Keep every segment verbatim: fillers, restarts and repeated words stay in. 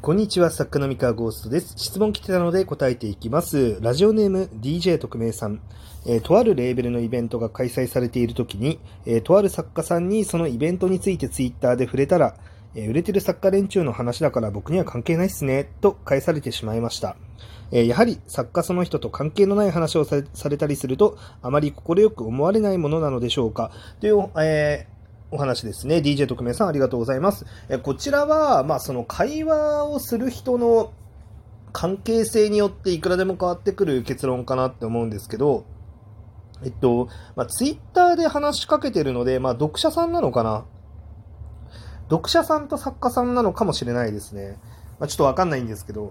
こんにちは、作家の三河ゴーストです。質問来てたので答えていきます。ラジオネーム ディージェー 特命さん、えー、とあるレーベルのイベントが開催されているときに、えー、とある作家さんにそのイベントについてツイッターで触れたら、えー、売れてる作家連中の話だから僕には関係ないっすね、と返されてしまいました。えー、やはり作家その人と関係のない話をされ、されたりすると、あまり快く思われないものなのでしょうか、という、えーお話ですね。ディージェー 特命さんありがとうございます。えこちらは、まあ、その会話をする人の関係性によっていくらでも変わってくる結論かなって思うんですけど、えっと、まあ、ツイッターで話しかけてるので、まあ、読者さんなのかな読者さんと作家さんなのかもしれないですね。まあ、ちょっとわかんないんですけど、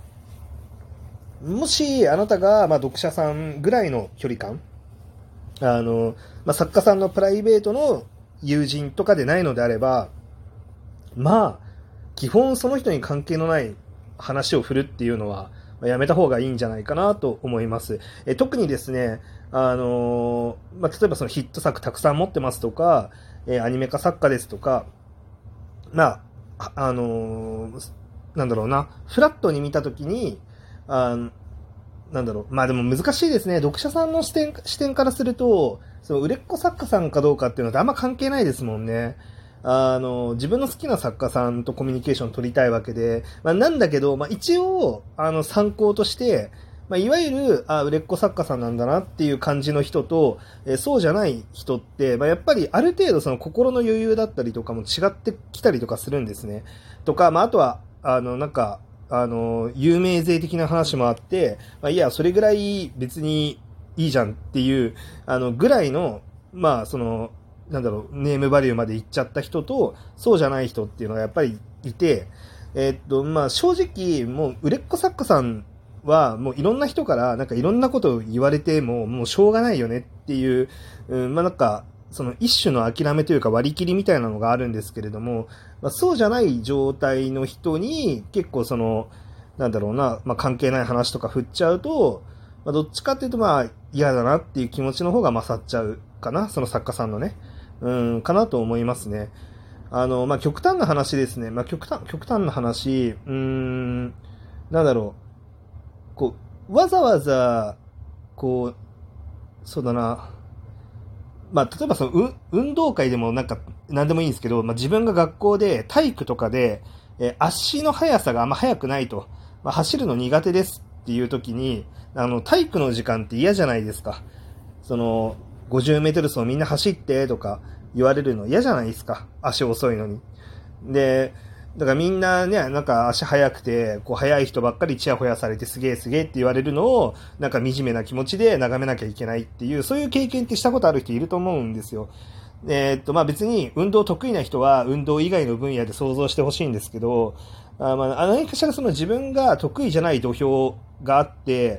もしあなたが、まあ、読者さんぐらいの距離感、あの、まあ、作家さんのプライベートの友人とかでないのであれば、まあ基本その人に関係のない話を振るっていうのはやめた方がいいんじゃないかなと思います。え特にですね、あのまあ、例えばそのヒット作たくさん持ってますとか、えアニメ化作家ですとか、まああのなんだろうな、フラットに見たときに、あなんだろう、まあでも難しいですね。読者さんの視点視点からすると、その売れっ子作家さんかどうかっていうのってあんま関係ないですもんね。あの自分の好きな作家さんとコミュニケーション取りたいわけで、まあ、なんだけど、まあ、一応あの参考として、まあ、いわゆるあ売れっ子作家さんなんだなっていう感じの人と、えそうじゃない人って、まあ、やっぱりある程度その心の余裕だったりとかも違ってきたりとかするんですね。とか、まあ、あとはあのなんかあの有名税的な話もあって、まあ、いやそれぐらい別にいいじゃんっていうあのぐらいの、まあそのなんだろう、ネームバリューまでいっちゃった人とそうじゃない人っていうのがやっぱりいて、えー、っとまあ正直もう売れっ子作家さんはもういろんな人からなんかいろんなことを言われてももうしょうがないよねっていう、うん、まあなんかその一種の諦めというか割り切りみたいなのがあるんですけれども、まあ、そうじゃない状態の人に結構そのなんだろうな、まあ、関係ない話とか振っちゃうと、まあ、どっちかっていうとまあ嫌だなっていう気持ちの方が勝っちゃうかな、その作家さんのね、うんかなと思いますね。あのまあ極端な話ですね。まあ極端極端な話、うーんなんだろう、こうわざわざこうそうだな。まあ、例えばそのう運動会でもなんか何でもいいんですけど、まあ、自分が学校で体育とかで、えー足の速さがあんま速くないと、まあ、走るの苦手ですっていう時に、あの体育の時間って嫌じゃないですか。そのごじゅうメートル走みんな走ってとか言われるの嫌じゃないですか、足遅いのに。でだからみんなね、なんか足速くて、こう速い人ばっかりチヤホヤされてすげえすげえって言われるのを、なんか惨めな気持ちで眺めなきゃいけないっていう、そういう経験ってしたことある人いると思うんですよ。えー、っと、まあ別に運動得意な人は運動以外の分野で想像してほしいんですけど、あまあ何かしらその自分が得意じゃない土俵があって、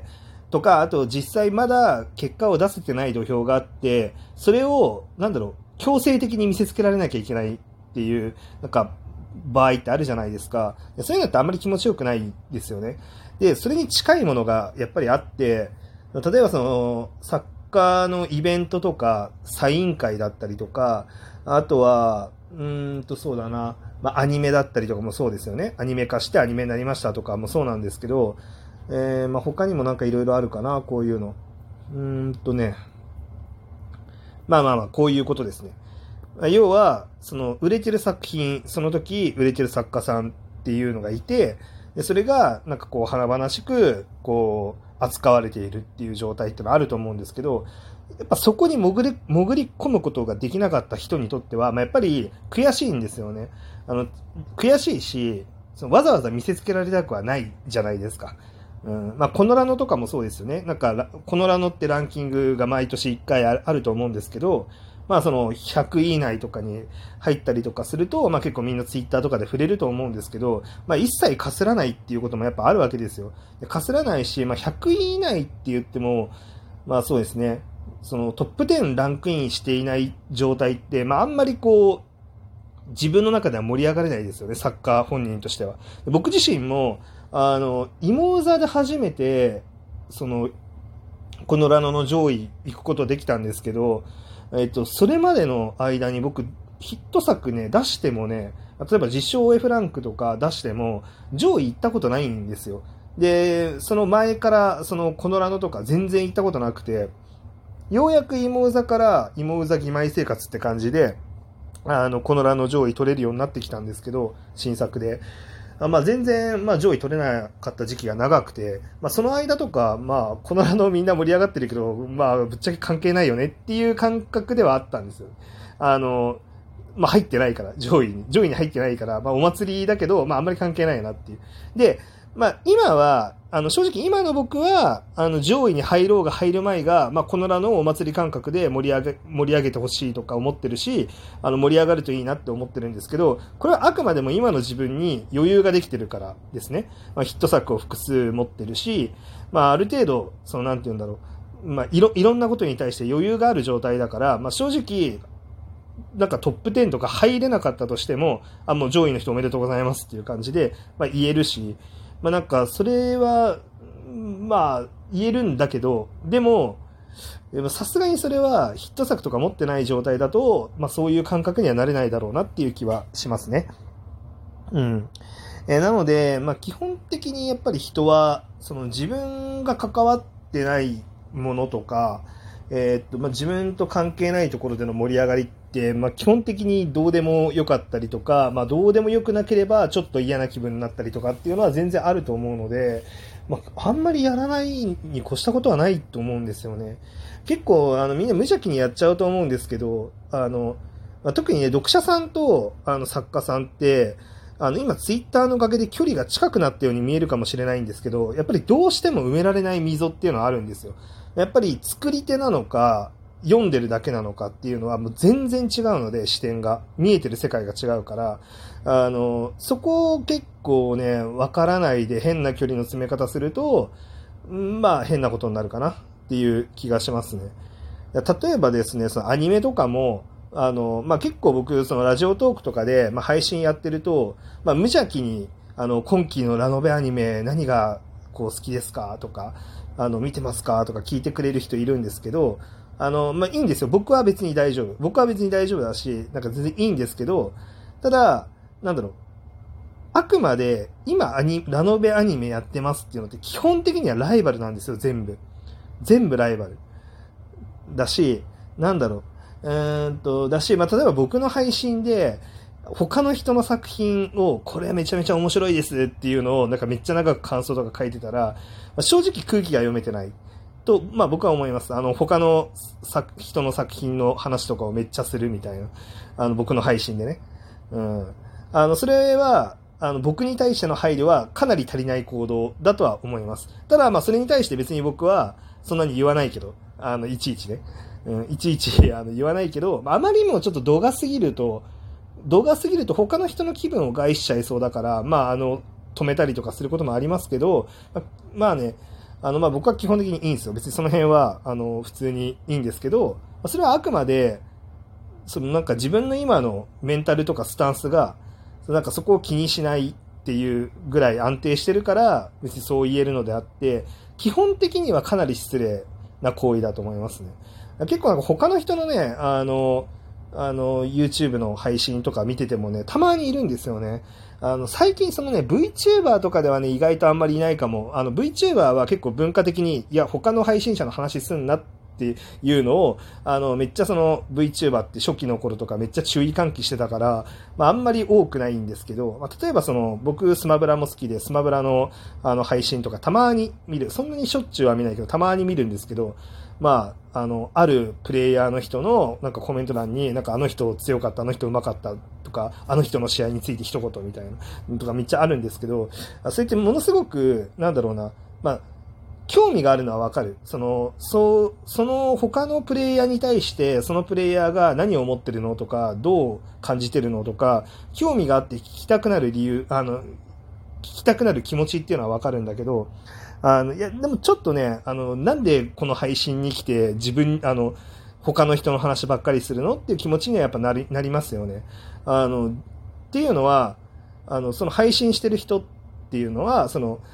とか、あと実際まだ結果を出せてない土俵があって、それを、なんだろう、強制的に見せつけられなきゃいけないっていう、なんか、場合ってあるじゃないですか。そういうのってあんまり気持ちよくないですよね。で、それに近いものがやっぱりあって、例えばその、作家のイベントとか、サイン会だったりとか、あとは、うーんとそうだな、まあ、アニメだったりとかもそうですよね。アニメ化してアニメになりましたとかもそうなんですけど、えー、まあ、他にもなんかいろいろあるかな、こういうの。うーんとね、まあまあまあ、こういうことですね。要はその売れてる作品、その時売れてる作家さんっていうのがいて、でそれがなんかこう華々しくこう扱われているっていう状態ってのはあると思うんですけど、やっぱそこに潜り潜り込むことができなかった人にとっては、まあ、やっぱり悔しいんですよね。あの悔しいし、そのわざわざ見せつけられたくはないじゃないですか。うんまあ、コノラノとかもそうですよね。なんかコノラノってランキングが毎年いっかいあると思うんですけど、まあそのひゃくい以内とかに入ったりとかすると、まあ結構みんなツイッターとかで触れると思うんですけど、まあ一切かすらないっていうこともやっぱあるわけですよ。かすらないし、まあひゃくい以内って言っても、まあそうですね、そのトップじゅうランクインしていない状態って、まああんまりこう、自分の中では盛り上がれないですよね、サッカー本人としては。僕自身も、あの、芋座で初めて、その、このラノの上位行くことできたんですけど、えっと、それまでの間に僕、 ヒット作ね、出してもね、例えば自称 F ランクとか出しても、上位行ったことないんですよ。で、その前から、その、コノラノとか全然行ったことなくて、ようやく芋うざから芋うざ義妹生活って感じで、あの、コノラノ上位取れるようになってきたんですけど、新作で。あまあ、全然、まあ、上位取れなかった時期が長くて、まあ、その間とか、まあ、コノラノみんな盛り上がってるけど、まあ、ぶっちゃけ関係ないよねっていう感覚ではあったんですよ。あの、まあ、入ってないから、上位に。上位に入ってないから、まあ、お祭りだけど、まあ、あんまり関係ないなっていう。で、まあ、今は、あの、正直今の僕は、あの、上位に入ろうが入る前が、まあ、このらのお祭り感覚で盛り上げ、盛り上げてほしいとか思ってるし、あの、盛り上がるといいなって思ってるんですけど、これはあくまでも今の自分に余裕ができてるからですね。まあ、ヒット作を複数持ってるし、まあ、ある程度、その、なんて言うんだろう。まあ、いろ、いろんなことに対して余裕がある状態だから、まあ、正直、なんかトップじゅうとか入れなかったとしても、あ、もう上位の人おめでとうございますっていう感じで、まあ、言えるし、まあなんか、それは、まあ、言えるんだけど、でも、さすがにそれはヒット作とか持ってない状態だと、まあそういう感覚にはなれないだろうなっていう気はしますね。うん。えー、なので、まあ基本的にやっぱり人は、その自分が関わってないものとか、えーっと、まあ自分と関係ないところでの盛り上がりって、まあ基本的にどうでもよかったりとか、まあどうでもよくなければちょっと嫌な気分になったりとかっていうのは全然あると思うので、まああんまりやらないに越したことはないと思うんですよね。結構あのみんな無邪気にやっちゃうと思うんですけど、あの、まあ、特にね、読者さんとあの作家さんって、あの今ツイッターのおかげで距離が近くなったように見えるかもしれないんですけど、やっぱりどうしても埋められない溝っていうのはあるんですよ。やっぱり作り手なのか、読んでるだけなのかっていうのはもう全然違うので、視点が。見えてる世界が違うから、あの、そこを結構ね、わからないで変な距離の詰め方すると、まあ変なことになるかなっていう気がしますね。例えばですね、そのアニメとかも、あの、まあ、結構僕、そのラジオトークとかで、まあ、配信やってると、まあ、無邪気に、あの、今期のラノベアニメ何がこう好きですかとか、あの、見てますかとか聞いてくれる人いるんですけど、あの、まあ、いいんですよ。僕は別に大丈夫。僕は別に大丈夫だし、なんか全然いいんですけど、ただ、なんだろう。あくまで、今アニ、ラノベアニメやってますっていうのって基本的にはライバルなんですよ、全部。全部ライバル。だし、なんだろう。うーんと、だし、まあ、例えば僕の配信で、他の人の作品を、これはめちゃめちゃ面白いですっていうのを、なんかめっちゃ長く感想とか書いてたら、まあ、正直空気が読めてない。と、まあ僕は思います。あの、他の作人の作品の話とかをめっちゃするみたいな。あの、僕の配信でね。うん。あの、それは、あの、僕に対しての配慮はかなり足りない行動だとは思います。ただ、まあそれに対して別に僕は、そんなに言わないけど、あの、いちいちね。うん、いちいちあの言わないけど、あまりにもちょっと度が過ぎると、度が過ぎると他の人の気分を害しちゃいそうだから、まあ、あの、止めたりとかすることもありますけど、まあ、まあね、あの、まあ僕は基本的にいいんですよ。別にその辺は、あの、普通にいいんですけど、それはあくまで、そのなんか自分の今のメンタルとかスタンスが、なんかそこを気にしないっていうぐらい安定してるから、別にそう言えるのであって、基本的にはかなり失礼な行為だと思いますね。結構なんか他の人のね、あの、あの、YouTube の配信とか見ててもね、たまにいるんですよね。あの、最近そのね、VTuber とかではね、意外とあんまりいないかも。あの、VTuber は結構文化的に、いや、他の配信者の話すんなっていうのを、あの、めっちゃその VTuber って初期の頃とかめっちゃ注意喚起してたから、まあ、あんまり多くないんですけど、まあ、例えばその、僕、スマブラも好きで、スマブラの、あの、配信とかたまに見る。そんなにしょっちゅうは見ないけど、たまに見るんですけど、まあ、あの、あるプレイヤーの人の、なんかコメント欄に、なんかあの人強かった、あの人上手かったとか、あの人の試合について一言みたいな、とかめっちゃあるんですけど、そうやってものすごく、なんだろうな、まあ、興味があるのはわかる。その、そう、その他のプレイヤーに対して、そのプレイヤーが何を思ってるのとか、どう感じてるのとか、興味があって聞きたくなる理由、あの、聞きたくなる気持ちっていうのはわかるんだけど、あの、いや、でもちょっとね、あの、なんでこの配信に来て自分、あの、他の人の話ばっかりするのっていう気持ちにはやっぱなり、なりますよね。あの、っていうのは、あの、その配信してる人っていうのは、その、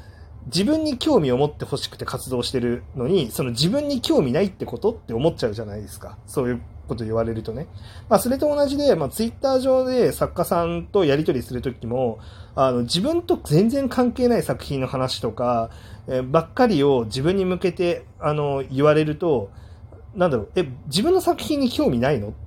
自分に興味を持ってほしくて活動してるのに、その自分に興味ないってことって思っちゃうじゃないですか。そういうこと言われるとね。まあ、それと同じで、まあ、ツイッター上で作家さんとやり取りするときも、あの、自分と全然関係ない作品の話とか、えー、ばっかりを自分に向けて、あの、言われると、なんだろう、え、自分の作品に興味ないのって、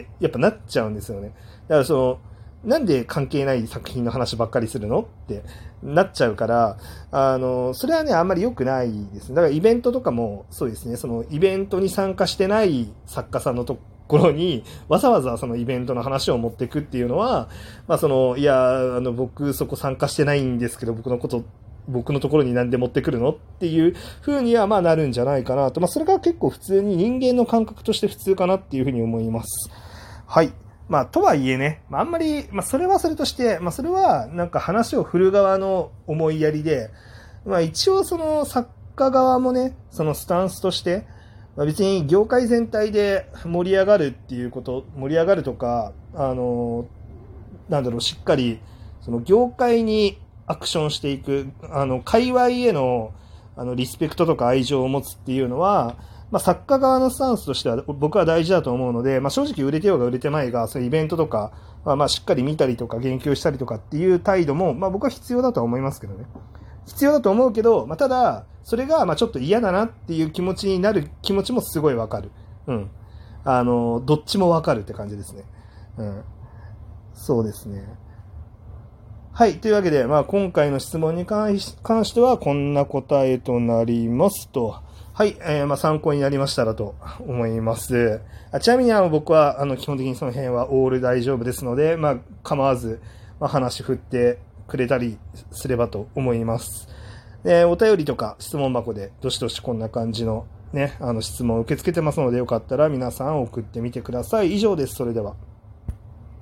やっぱなっちゃうんですよね。だからその、なんで関係ない作品の話ばっかりするのってなっちゃうから、あの、それはね、あんまり良くないですね。だからイベントとかもそうですね、そのイベントに参加してない作家さんのところに、わざわざそのイベントの話を持っていくっていうのは、まあその、いや、あの、僕そこ参加してないんですけど、僕のこと、僕のところになんで持ってくるのっていう風にはまあなるんじゃないかなと。まあそれが結構普通に人間の感覚として普通かなっていう風に思います。はい。まあ、とはいえね、まあ、あんまり、まあ、それはそれとして、まあ、それは、なんか話を振る側の思いやりで、まあ、一応その作家側もね、そのスタンスとして、まあ、別に業界全体で盛り上がるっていうこと、盛り上がるとか、あの、なんだろう、しっかり、その業界にアクションしていく、あの、界隈への、あの、リスペクトとか愛情を持つっていうのは、まあ、作家側のスタンスとしては僕は大事だと思うので、まあ、正直売れてようが売れてまいが、そういうイベントとか、まあ、まあしっかり見たりとか言及したりとかっていう態度も、まあ、僕は必要だとは思いますけどね。必要だと思うけど、まあ、ただ、それがまあちょっと嫌だなっていう気持ちになる気持ちもすごいわかる。うん。あの、どっちもわかるって感じですね。うん。そうですね。はい。というわけで、まあ、今回の質問に関し、関してはこんな答えとなりますと。はい、えー、まあ参考になりましたらと思います。あちなみにあの僕はあの基本的にその辺はオール大丈夫ですので、まあ構わず、まあ、話振ってくれたりすればと思います。で、お便りとか質問箱でどしどしこんな感じのね、あの質問を受け付けてますのでよかったら皆さん送ってみてください。以上です。それでは。